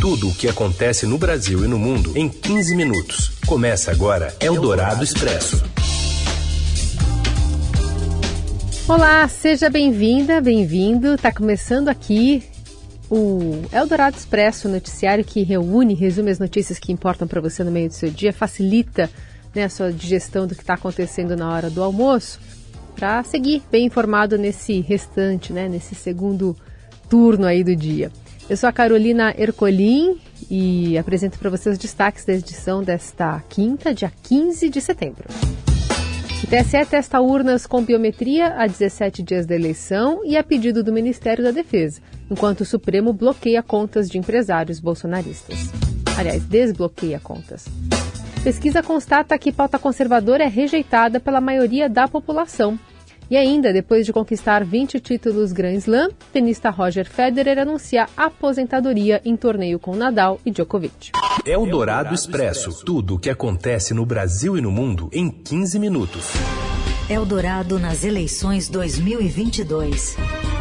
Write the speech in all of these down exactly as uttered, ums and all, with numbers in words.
Tudo o que acontece no Brasil e no mundo em quinze minutos. Começa agora Eldorado Expresso. Olá, seja bem-vinda, bem-vindo. Tá começando aqui o Eldorado Expresso, noticiário que reúne, resume as notícias que importam para você no meio do seu dia, facilita, né, a sua digestão do que está acontecendo na hora do almoço, para seguir bem informado nesse restante, né, nesse segundo turno aí do dia. Eu sou a Carolina Ercolim e apresento para você os destaques da edição desta quinta, dia quinze de setembro. O T S E testa urnas com biometria há dezessete dias da eleição e a pedido do Ministério da Defesa, enquanto o Supremo bloqueia contas de empresários bolsonaristas. Aliás, desbloqueia contas. Pesquisa constata que pauta conservadora é rejeitada pela maioria da população. E ainda, depois de conquistar vinte títulos Grand Slam, tenista Roger Federer anuncia aposentadoria em torneio com Nadal e Djokovic. Eldorado Expresso. Tudo o que acontece no Brasil e no mundo em quinze minutos. Eldorado nas eleições dois mil e vinte e dois.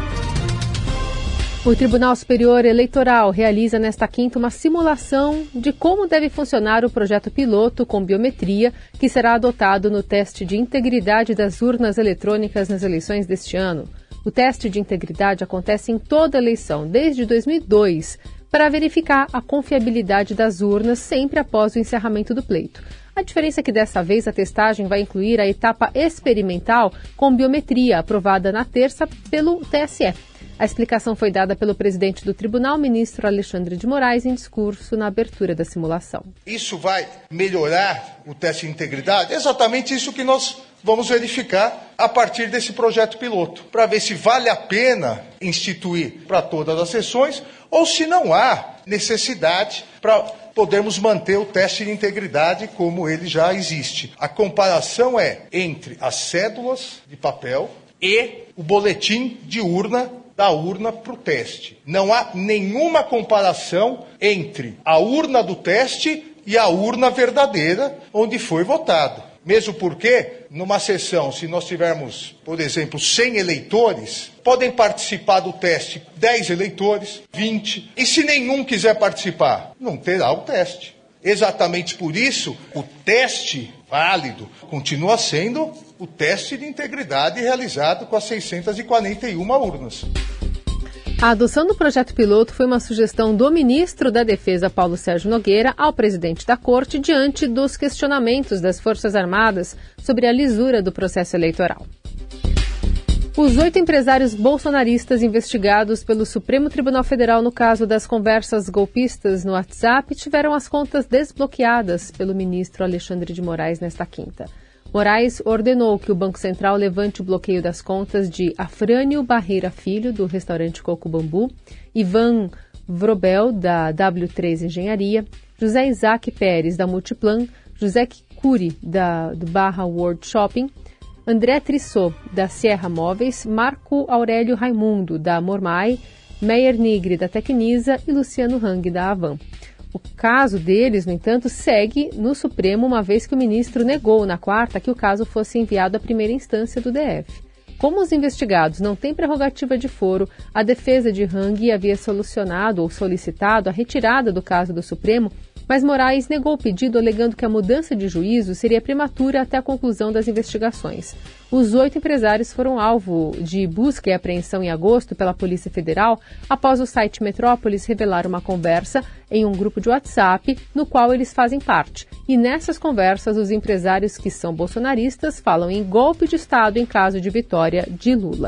O Tribunal Superior Eleitoral realiza nesta quinta uma simulação de como deve funcionar o projeto piloto com biometria que será adotado no teste de integridade das urnas eletrônicas nas eleições deste ano. O teste de integridade acontece em toda eleição, desde dois mil e dois, para verificar a confiabilidade das urnas sempre após o encerramento do pleito. A diferença é que dessa vez a testagem vai incluir a etapa experimental com biometria, aprovada na terça pelo T S E. A explicação foi dada pelo presidente do tribunal, ministro Alexandre de Moraes, em discurso na abertura da simulação. Isso vai melhorar o teste de integridade? É exatamente isso que nós vamos verificar a partir desse projeto piloto, para ver se vale a pena instituir para todas as sessões ou se não há necessidade para podermos manter o teste de integridade como ele já existe. A comparação é entre as cédulas de papel e o boletim de urna da urna para o teste. Não há nenhuma comparação entre a urna do teste e a urna verdadeira onde foi votado. Mesmo porque, numa sessão, se nós tivermos, por exemplo, cem eleitores, podem participar do teste dez eleitores, vinte, e se nenhum quiser participar, não terá o teste. Exatamente por isso, o teste válido continua sendo o teste de integridade realizado com as seiscentas e quarenta e uma urnas. A adoção do projeto piloto foi uma sugestão do ministro da Defesa, Paulo Sérgio Nogueira, ao presidente da Corte, diante dos questionamentos das Forças Armadas sobre a lisura do processo eleitoral. Os oito empresários bolsonaristas investigados pelo Supremo Tribunal Federal no caso das conversas golpistas no WhatsApp tiveram as contas desbloqueadas pelo ministro Alexandre de Moraes nesta quinta. Moraes ordenou que o Banco Central levante o bloqueio das contas de Afrânio Barreira Filho, do restaurante Coco Bambu, Ivan Vrobel, da W três Engenharia, José Isaac Pérez, da Multiplan, José Cury, da, do Barra World Shopping, André Trissot, da Sierra Móveis, Marco Aurélio Raimundo, da Mormai, Meyer Nigri, da Tecnisa e Luciano Hang, da Avan. O caso deles, no entanto, segue no Supremo, uma vez que o ministro negou na quarta que o caso fosse enviado à primeira instância do D F. Como os investigados não têm prerrogativa de foro, a defesa de Hang havia solucionado ou solicitado a retirada do caso do Supremo, mas Moraes negou o pedido, alegando que a mudança de juízo seria prematura até a conclusão das investigações. Os oito empresários foram alvo de busca e apreensão em agosto pela Polícia Federal após o site Metrópolis revelar uma conversa em um grupo de WhatsApp no qual eles fazem parte. E nessas conversas, os empresários que são bolsonaristas falam em golpe de Estado em caso de vitória de Lula.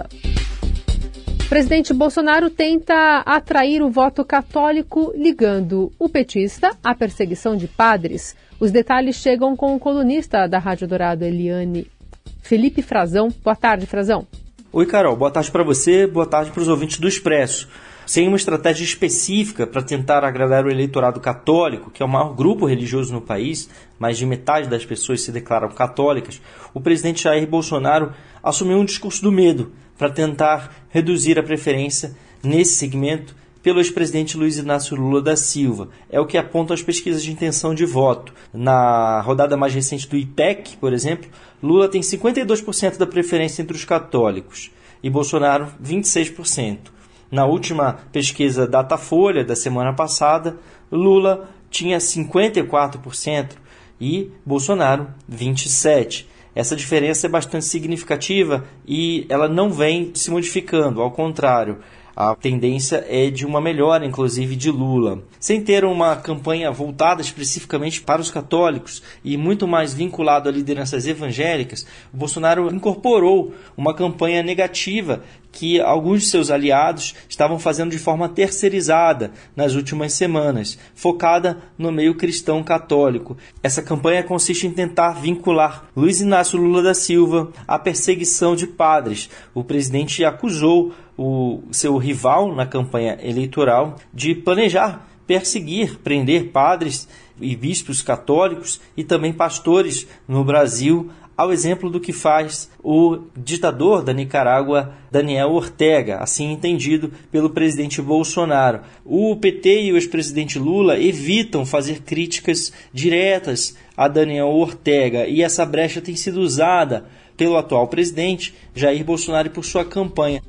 O presidente Bolsonaro tenta atrair o voto católico ligando o petista à perseguição de padres. Os detalhes chegam com o colunista da Rádio Dourado, Eliane, Felipe Frazão. Boa tarde, Frazão. Oi, Carol. Boa tarde para você, boa tarde para os ouvintes do Expresso. Sem uma estratégia específica para tentar agradar o eleitorado católico, que é o maior grupo religioso no país, mais de metade das pessoas se declaram católicas, o presidente Jair Bolsonaro assumiu um discurso do medo para tentar reduzir a preferência nesse segmento pelo ex-presidente Luiz Inácio Lula da Silva. É o que apontam as pesquisas de intenção de voto. Na rodada mais recente do I P E C, por exemplo, Lula tem cinquenta e dois por cento da preferência entre os católicos e Bolsonaro vinte e seis por cento. Na última pesquisa Datafolha da semana passada, Lula tinha cinquenta e quatro por cento e Bolsonaro vinte e sete por cento. Essa diferença é bastante significativa e ela não vem se modificando, ao contrário. A tendência é de uma melhora, inclusive, de Lula. Sem ter uma campanha voltada especificamente para os católicos e muito mais vinculado a lideranças evangélicas, o Bolsonaro incorporou uma campanha negativa que alguns de seus aliados estavam fazendo de forma terceirizada nas últimas semanas, focada no meio cristão católico. Essa campanha consiste em tentar vincular Luiz Inácio Lula da Silva à perseguição de padres. O presidente acusou o seu rival na campanha eleitoral de planejar, perseguir, prender padres e bispos católicos e também pastores no Brasil, ao exemplo do que faz o ditador da Nicarágua, Daniel Ortega, assim entendido pelo presidente Bolsonaro. O P T e o ex-presidente Lula evitam fazer críticas diretas a Daniel Ortega, e essa brecha tem sido usada pelo atual presidente Jair Bolsonaro e por sua campanha.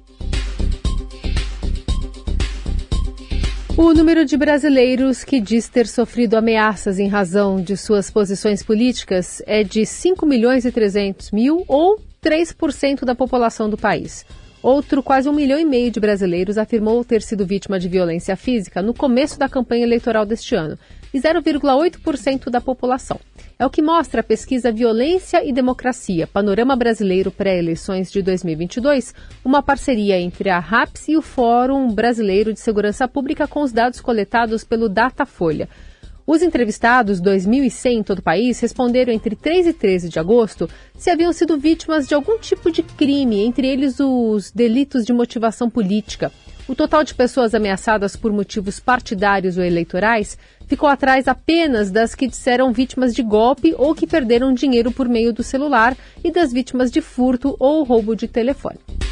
O número de brasileiros que diz ter sofrido ameaças em razão de suas posições políticas é de cinco milhões e trezentos mil, ou três por cento da população do país. Outro quase um milhão e meio de brasileiros afirmou ter sido vítima de violência física no começo da campanha eleitoral deste ano, e zero vírgula oito por cento da população. É o que mostra a pesquisa Violência e Democracia, Panorama Brasileiro Pré-Eleições de dois mil e vinte e dois, uma parceria entre a RAPS e o Fórum Brasileiro de Segurança Pública com os dados coletados pelo Datafolha. Os entrevistados, dois mil e cem em todo o país, responderam entre três e treze de agosto se haviam sido vítimas de algum tipo de crime, entre eles os delitos de motivação política. O total de pessoas ameaçadas por motivos partidários ou eleitorais ficou atrás apenas das que disseram vítimas de golpe ou que perderam dinheiro por meio do celular e das vítimas de furto ou roubo de telefone.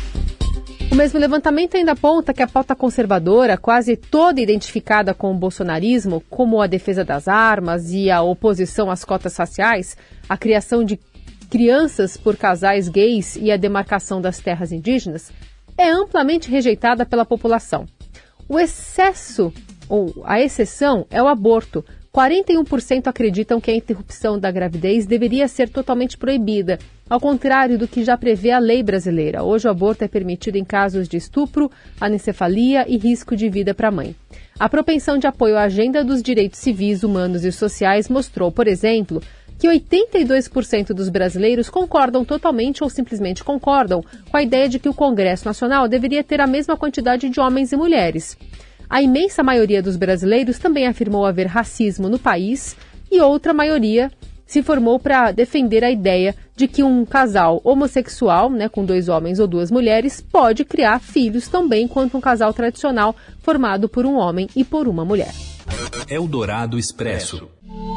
O mesmo levantamento ainda aponta que a pauta conservadora, quase toda identificada com o bolsonarismo, como a defesa das armas e a oposição às cotas raciais, a criação de crianças por casais gays e a demarcação das terras indígenas, é amplamente rejeitada pela população. O excesso, ou a exceção, é o aborto. quarenta e um por cento acreditam que a interrupção da gravidez deveria ser totalmente proibida, ao contrário do que já prevê a lei brasileira. Hoje o aborto é permitido em casos de estupro, anencefalia e risco de vida para a mãe. A propensão de apoio à agenda dos direitos civis, humanos e sociais mostrou, por exemplo, que oitenta e dois por cento dos brasileiros concordam totalmente ou simplesmente concordam com a ideia de que o Congresso Nacional deveria ter a mesma quantidade de homens e mulheres. A imensa maioria dos brasileiros também afirmou haver racismo no país e outra maioria se formou para defender a ideia de que um casal homossexual, né, com dois homens ou duas mulheres, pode criar filhos tão bem quanto um casal tradicional formado por um homem e por uma mulher. Eldorado Expresso.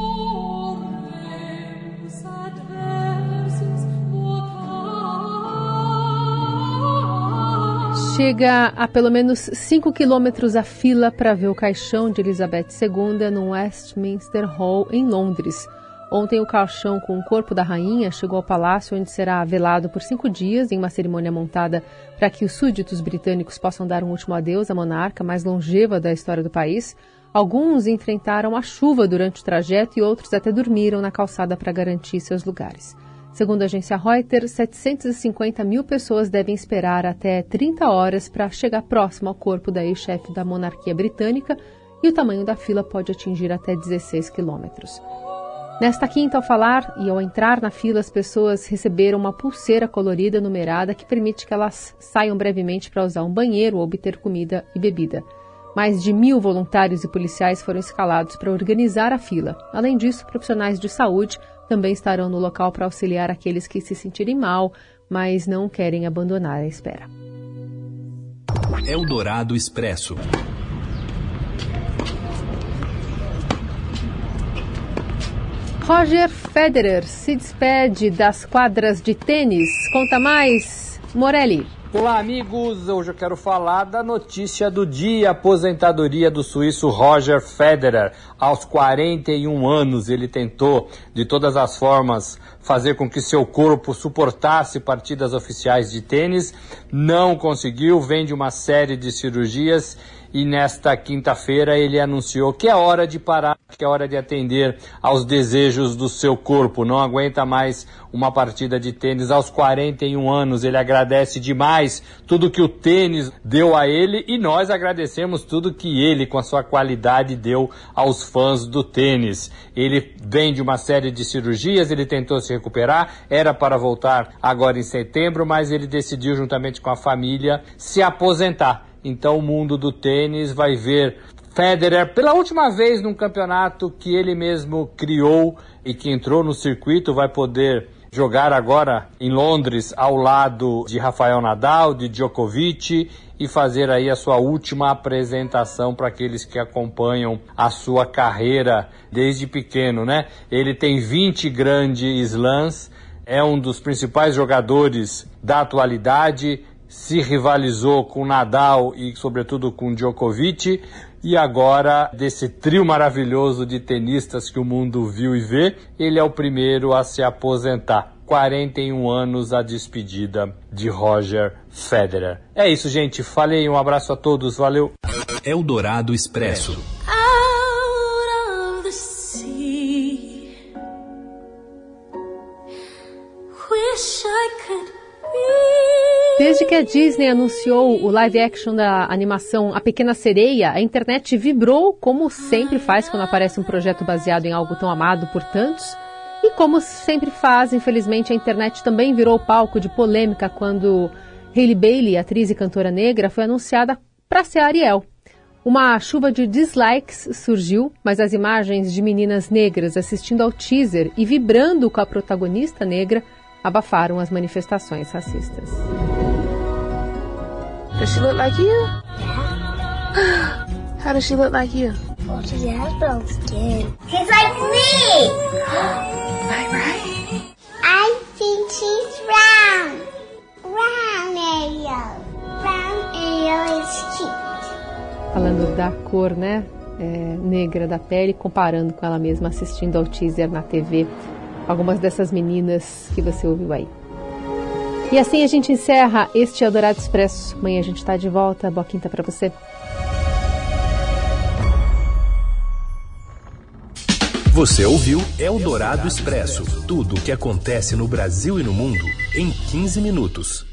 Chega a pelo menos cinco quilômetros a fila para ver o caixão de Elizabeth segunda no Westminster Hall, em Londres. Ontem, o caixão com o corpo da rainha chegou ao palácio, onde será velado por cinco dias, em uma cerimônia montada para que os súditos britânicos possam dar um último adeus à monarca mais longeva da história do país. Alguns enfrentaram a chuva durante o trajeto e outros até dormiram na calçada para garantir seus lugares. Segundo a agência Reuters, setecentas e cinquenta mil pessoas devem esperar até trinta horas para chegar próximo ao corpo da ex-chefe da monarquia britânica, e o tamanho da fila pode atingir até dezesseis quilômetros. Nesta quinta, ao falar e ao entrar na fila, as pessoas receberam uma pulseira colorida numerada que permite que elas saiam brevemente para usar um banheiro ou obter comida e bebida. Mais de mil voluntários e policiais foram escalados para organizar a fila. Além disso, profissionais de saúde também estarão no local para auxiliar aqueles que se sentirem mal, mas não querem abandonar a espera. Eldorado Expresso. Roger Federer se despede das quadras de tênis. Conta mais, Morelli. Olá, amigos! Hoje eu quero falar da notícia do dia, a aposentadoria do suíço Roger Federer. Aos quarenta e um anos, ele tentou, de todas as formas, fazer com que seu corpo suportasse partidas oficiais de tênis. Não conseguiu, vem de uma série de cirurgias e nesta quinta-feira ele anunciou que é hora de parar, que é hora de atender aos desejos do seu corpo. Não aguenta mais uma partida de tênis aos quarenta e um anos. Ele agradece demais tudo que o tênis deu a ele e nós agradecemos tudo que ele, com a sua qualidade, deu aos fãs do tênis. Ele vem de uma série de cirurgias, ele tentou se recuperar, era para voltar agora em setembro, mas ele decidiu, juntamente com a família, se aposentar. Então o mundo do tênis vai ver Federer pela última vez num campeonato que ele mesmo criou e que entrou no circuito, vai poder jogar agora em Londres ao lado de Rafael Nadal, de Djokovic e fazer aí a sua última apresentação para aqueles que acompanham a sua carreira desde pequeno, né? Ele tem vinte grandes slams, é um dos principais jogadores da atualidade, se rivalizou com Nadal e sobretudo com Djokovic e agora desse trio maravilhoso de tenistas que o mundo viu e vê, ele é o primeiro a se aposentar. quarenta e um anos a despedida de Roger Federer. É isso, gente. Falei, um abraço a todos. Valeu. Eldorado Expresso. Out of the sea. Wish I could be. Desde que a Disney anunciou o live action da animação A Pequena Sereia, a internet vibrou, como sempre faz quando aparece um projeto baseado em algo tão amado por tantos. E como sempre faz, infelizmente, a internet também virou palco de polêmica quando Hailey Bailey, atriz e cantora negra, foi anunciada para ser Ariel. Uma chuva de dislikes surgiu, mas as imagens de meninas negras assistindo ao teaser e vibrando com a protagonista negra abafaram as manifestações racistas. Does she look like you? Yeah. How does she look like you? Well, she has brown skin. She's like me! Right, right? I think she's brown. Brown Ariel. Brown Ariel is cute. Falando da cor, né, é, negra da pele, comparando com ela mesma, assistindo ao teaser na T V. Algumas dessas meninas que você ouviu aí. E assim a gente encerra este Eldorado Expresso. Amanhã a gente está de volta. Boa quinta para você. Você ouviu Eldorado Expresso. Tudo o que acontece no Brasil e no mundo em quinze minutos.